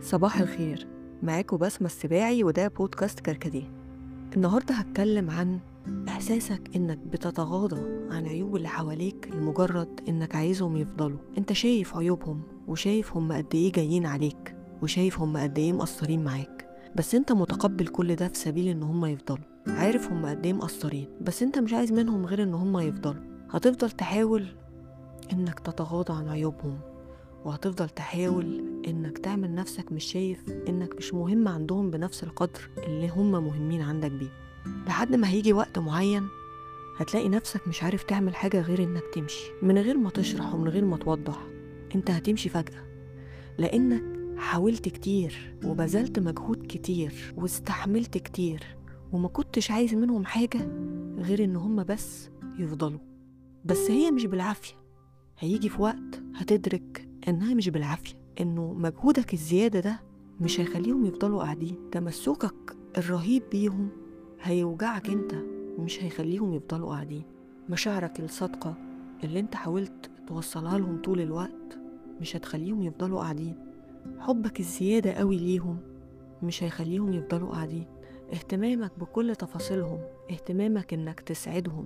صباح الخير، معاكم بسمة السباعي وده بودكاست كركديه. النهاردة هتكلم عن إحساسك إنك بتتغاضى عن عيوب اللي حواليك لمجرد إنك عايزهم يفضلوا. أنت شايف عيوبهم وشايف هم قد إيه جايين عليك وشايف هم قد إيه مقصرين معاك، بس أنت متقبل كل ده في سبيل إن هم يفضلوا. عارف هم قد إيه مقصرين بس أنت مش عايز منهم غير إن هم يفضلوا. هتفضل تحاول إنك تتغاضى عن عيوبهم، وهتفضل تحاول إنك تعمل نفسك مش شايف إنك مش مهم عندهم بنفس القدر اللي هم مهمين عندك بيه، لحد ما هيجي وقت معين هتلاقي نفسك مش عارف تعمل حاجة غير إنك تمشي من غير ما تشرح ومن غير ما توضح. أنت هتمشي فجأة لأنك حاولت كتير وبذلت مجهود كتير واستحملت كتير وما كنتش عايز منهم حاجة غير إن هم بس يفضلوا. بس هي مش بالعافية، هيجي في وقت هتدرك إنها مش بالعافية، إنه مجهودك الزيادة ده مش هيخليهم يفضلوا قاعدين. تمسكك الرهيب بيهم هيوجعك انت، مش هيخليهم يفضلوا قاعدين. مشاعرك الصادقة اللي انت حاولت توصلها لهم طول الوقت مش هتخليهم يفضلوا قاعدين. حبك الزيادة قوي ليهم مش هيخليهم يفضلوا قاعدين. اهتمامك بكل تفاصيلهم، اهتمامك انك تسعدهم،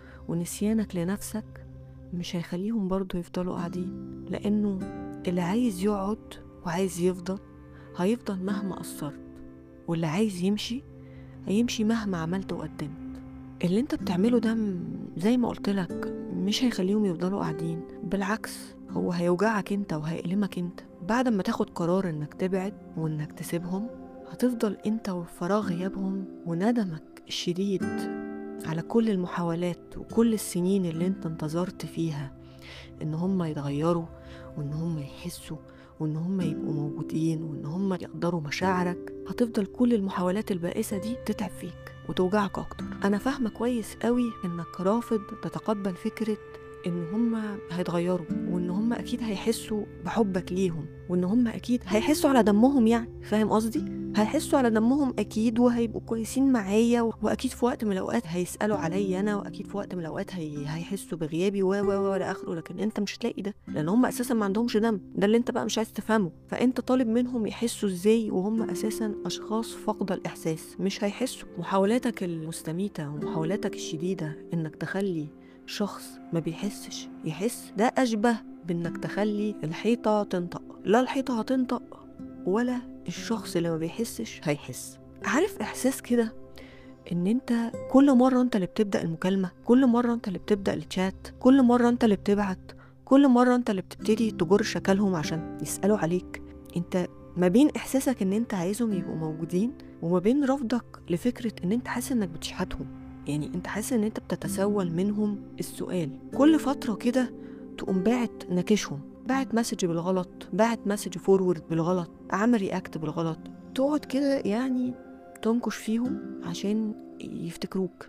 ونسيانك لنفسك مش هيخليهم برضو يفضلوا قاعدين. لأنه اللي عايز يقعد وعايز يفضل هيفضل مهما قصرت، واللي عايز يمشي هيمشي مهما عملت وقدمت. اللي انت بتعمله ده زي ما قلتلك مش هيخليهم يفضلوا قاعدين، بالعكس هو هيوجعك انت وهيألمك انت. بعد ما تاخد قرار انك تبعد وانك تسيبهم، هتفضل انت وفراغ غيابهم وندمك الشديد على كل المحاولات وكل السنين اللي انت انتظرت فيها ان هم يتغيروا وان هم يحسوا وان هم يبقوا موجودين وان هم يقدروا مشاعرك. هتفضل كل المحاولات البائسة دي تتعب فيك وتوجعك اكتر. انا فاهمة كويس قوي انك رافض تتقبل فكرة ان هم هيتغيروا وان هم اكيد هيحسوا بحبك ليهم وان هم اكيد هيحسوا على دمهم، يعني فاهم قصدي؟ هيحسوا على دمهم اكيد وهيبقوا كويسين معايا، واكيد في وقت من الاوقات هيسالوا عليا انا، واكيد في وقت من الاوقات هيحسوا بغيابي و الى اخره. لكن انت مش هتلاقي ده لان هم اساسا ما عندهمش دم. ده اللي انت بقى مش عايز تفهمه. فانت طالب منهم يحسوا ازاي وهم اساسا اشخاص فاقده الاحساس؟ مش هيحسوا. محاولاتك المستميته ومحاولاتك الشديده انك تخلي شخص ما بيحسش يحس، ده أشبه بإنك تخلي الحيطة تنطق. لا الحيطة هتنطق ولا الشخص اللي ما بيحسش هيحس. عارف إحساس كده إن أنت كل مرة أنت اللي بتبدأ المكالمة، كل مرة أنت اللي بتبدأ الشات، كل مرة أنت اللي بتبعت، كل مرة أنت اللي بتبتدي تجر شكلهم عشان يسألوا عليك. أنت ما بين إحساسك إن أنت عايزهم يبقوا موجودين وما بين رفضك لفكرة إن أنت حاسس إنك بتشحتهم. يعني انت حاسس ان انت بتتسول منهم السؤال. كل فترة كده تقوم باعت نكشهم، باعت مسج بالغلط، باعت مسج فورورد بالغلط، عمل رياكت بالغلط، تقعد كده يعني تنكش فيهم عشان يفتكروك.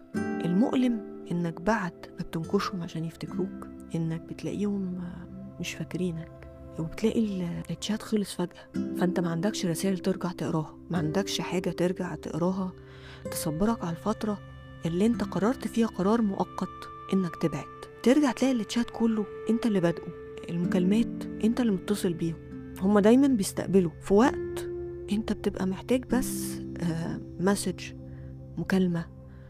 المؤلم انك بعد ما بتنكشهم عشان يفتكروك انك بتلاقيهم مش فاكرينك، وبتلاقي الشات خلص فجأة. فانت ما عندكش رسائل ترجع تقراها، ما عندكش حاجة ترجع تقراها تصبرك على الفترة اللي انت قررت فيها قرار مؤقت انك تبعد. ترجع تلاقي الشات كله انت اللي بادئه، المكالمات انت اللي متصل بيهم، هما دايما بيستقبلوا في وقت انت بتبقى محتاج بس مسج، مكالمة،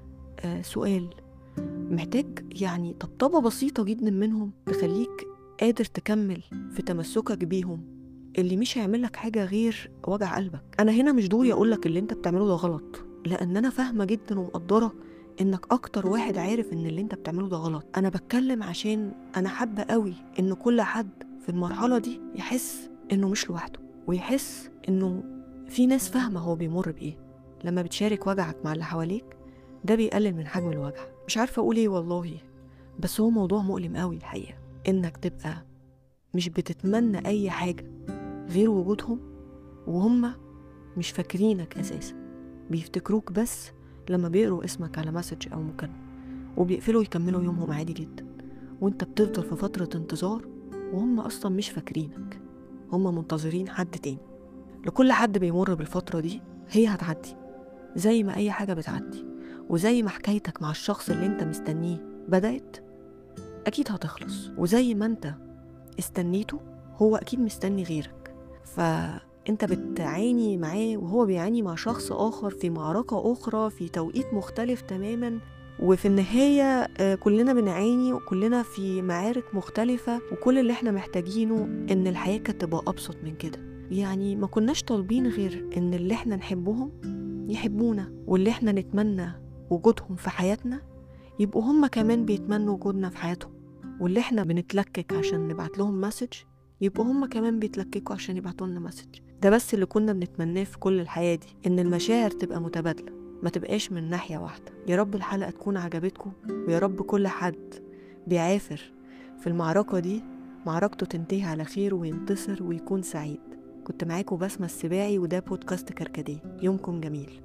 سؤال، محتاج يعني طبطبة بسيطة جدا منهم تخليك قادر تكمل في تمسكك بيهم، اللي مش هيعملك حاجة غير وجع قلبك. انا هنا مش دوري اقولك اللي انت بتعمله ده غلط، لان انا فاهمة جدا ومقدرة انك اكتر واحد عارف ان اللي انت بتعمله ده غلط. انا بتكلم عشان انا حابة قوي ان كل حد في المرحلة دي يحس انه مش لوحده، ويحس انه في ناس فاهمة هو بيمر بايه. لما بتشارك وجعك مع اللي حواليك ده بيقلل من حجم الوجع. مش عارفة اقول ايه والله، بس هو موضوع مؤلم قوي الحقيقة، انك تبقى مش بتتمنى اي حاجة غير وجودهم وهم مش فاكرينك اساسا، بيفتكروك بس لما بيقروا اسمك على مسج او مكالمة، وبيقفلوا يكملوا يومهم عادي جدا، وانت بتفضل في فترة انتظار وهم اصلا مش فاكرينك، هم منتظرين حد تاني. لكل حد بيمر بالفترة دي هي هتعدي زي ما اي حاجة بتعدي، وزي ما حكايتك مع الشخص اللي انت مستنيه بدأت اكيد هتخلص، وزي ما انت استنيته هو اكيد مستني غيرك. انت بتعاني معاه وهو بيعاني مع شخص آخر في معركة أخرى في توقيت مختلف تماما، وفي النهاية كلنا بنعاني وكلنا في معارك مختلفة، وكل اللي احنا محتاجينه ان الحياة كانت تبقى أبسط من كده. يعني ما كناش طالبين غير ان اللي احنا نحبهم يحبونا، واللي احنا نتمنى وجودهم في حياتنا يبقوا هم كمان بيتمنوا وجودنا في حياتهم، واللي احنا بنتلكك عشان نبعت لهم مسج يبقوا هم كمان بيتلككوا عشان يبعتوا لنا مسج. ده بس اللي كنا بنتمناه في كل الحياة دي، ان المشاعر تبقى متبادلة، ما تبقاش من ناحية واحدة. يا رب الحلقة تكون عجبتكم، ويا رب كل حد بيعافر في المعركة دي معركته تنتهي على خير وينتصر ويكون سعيد. كنت معاكم بسمة السباعي، وده بودكاست كركديه. يومكم جميل.